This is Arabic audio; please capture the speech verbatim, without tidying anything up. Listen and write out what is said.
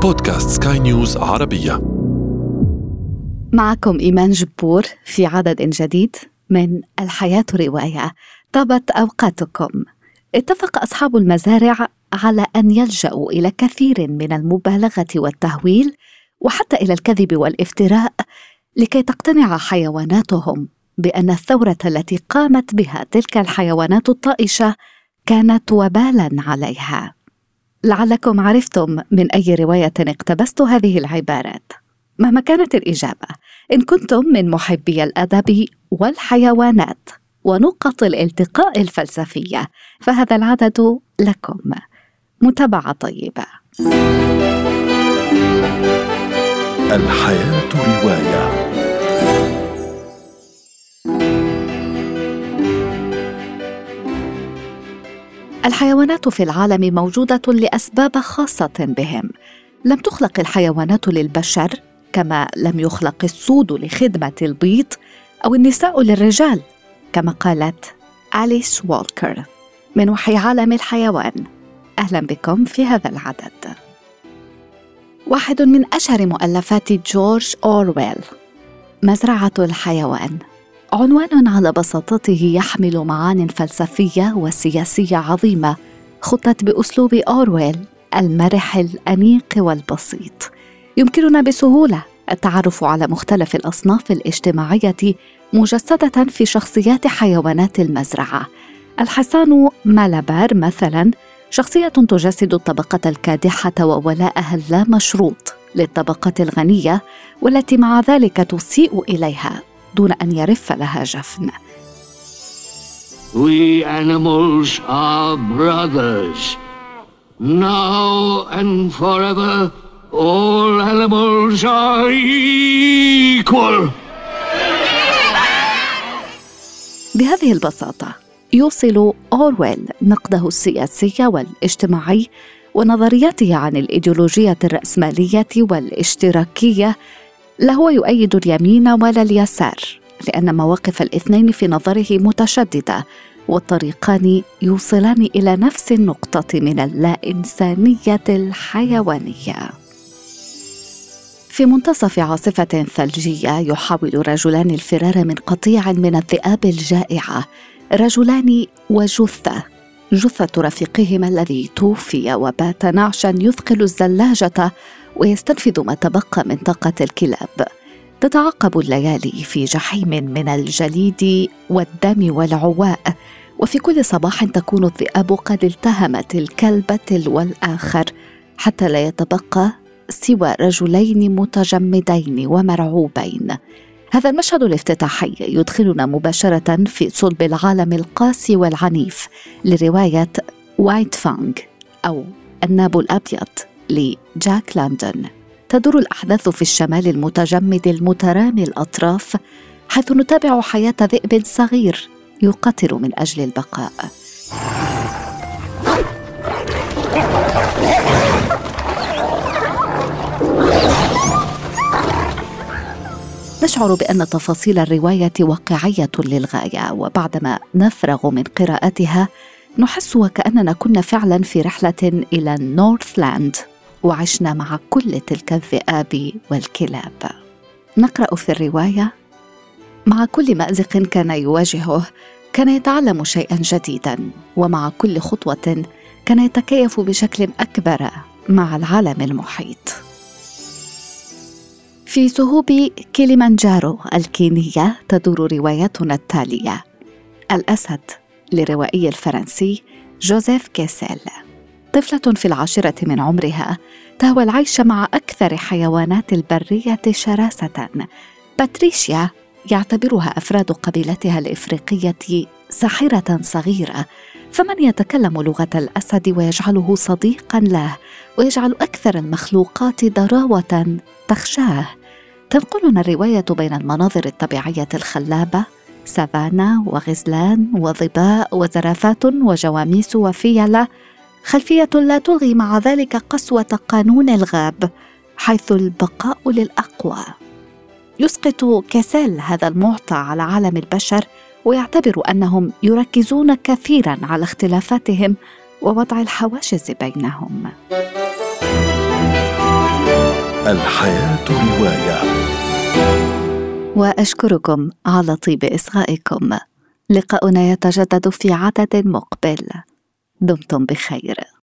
بودكاست سكاي نيوز عربية. معكم إيمان جبور في عدد جديد من الحياة رواية. طابت أوقاتكم. اتفق أصحاب المزارع على أن يلجأوا إلى كثير من المبالغة والتهويل وحتى إلى الكذب والافتراء لكي تقتنع حيواناتهم بأن الثورة التي قامت بها تلك الحيوانات الطائشة كانت وبالاً عليها. لعلكم عرفتم من أي رواية اقتبست هذه العبارات. مهما كانت الإجابة، إن كنتم من محبي الأدب والحيوانات ونقط الالتقاء الفلسفية، فهذا العدد لكم. متابعة طيبة. الحياة رواية. الحيوانات في العالم موجودة لأسباب خاصة بهم. لم تخلق الحيوانات للبشر، كما لم يخلق السود لخدمة البيض أو النساء للرجال، كما قالت أليس والكر من وحي عالم الحيوان. أهلا بكم في هذا العدد. واحد من أشهر مؤلفات جورج أورويل، مزرعة الحيوان، عنوان على بساطته يحمل معان فلسفية وسياسية عظيمة، خطت بأسلوب أورويل المرح الأنيق والبسيط. يمكننا بسهولة التعرف على مختلف الأصناف الاجتماعية مجسدة في شخصيات حيوانات المزرعة. الحصان مالابار مثلاً شخصية تجسد الطبقة الكادحة وولاءها اللامشروط للطبقة الغنية، والتي مع ذلك تسيء إليها دون أن يرف لها جفن. We animals are brothers. Now and forever, all animals are equal. بهذه البساطة يوصل أورويل نقده السياسي والاجتماعي ونظرياته عن الإيديولوجية الرأسمالية والاشتراكية. لا هو يؤيد اليمين ولا اليسار، لأن مواقف الاثنين في نظره متشددة، والطريقان يوصلان إلى نفس النقطة من اللا إنسانية الحيوانية. في منتصف عاصفة ثلجية يحاول رجلان الفرار من قطيع من الذئاب الجائعة، رجلان وجثة جثة رفيقهما الذي توفي وبات نعشا يثقل الزلاجة ويستنفذ ما تبقى من طاقة الكلاب. تتعاقب الليالي في جحيم من الجليد والدم والعواء، وفي كل صباح تكون الذئاب قد التهمت الكلب تلو الآخر، حتى لا يتبقى سوى رجلين متجمدين ومرعوبين. هذا المشهد الافتتاحي يدخلنا مباشرة في صلب العالم القاسي والعنيف لرواية وايت فانغ أو الناب الأبيض لجاك لاندون. تدور الأحداث في الشمال المتجمد المترامي الأطراف، حيث نتابع حياة ذئب صغير يقاتل من أجل البقاء. نشعر بأن تفاصيل الرواية واقعية للغاية، وبعدما نفرغ من قراءتها نحس وكأننا كنا فعلا في رحلة إلى نورثلاند وعشنا مع كل تلك الذئاب والكلاب. نقرأ في الرواية: مع كل مأزق كان يواجهه كان يتعلم شيئا جديدا، ومع كل خطوة كان يتكيف بشكل أكبر مع العالم المحيط. في سهوب كيليمانجارو الكينية تدور روايتنا التالية: الأسد لروائي الفرنسي جوزيف كيسيل. طفلة في العاشرة من عمرها تهوى العيش مع أكثر حيوانات البرية شراسة. باتريشيا يعتبرها أفراد قبيلتها الإفريقية ساحرة صغيرة، فمن يتكلم لغة الأسد ويجعله صديقاً له ويجعل أكثر المخلوقات ضراوة تخشاه. تنقلنا الرواية بين المناظر الطبيعية الخلابة، سافانا وغزلان وظباء وزرافات وجواميس وفيلة، خلفية لا تلغي مع ذلك قسوة قانون الغاب، حيث البقاء للأقوى. يسقط كيسيل هذا المعطى على عالم البشر، ويعتبر أنهم يركزون كثيراً على اختلافاتهم ووضع الحواجز بينهم. الحياة رواية. وأشكركم على طيب إصغائكم. لقاؤنا يتجدد في عدد مقبل. دمتم بخير.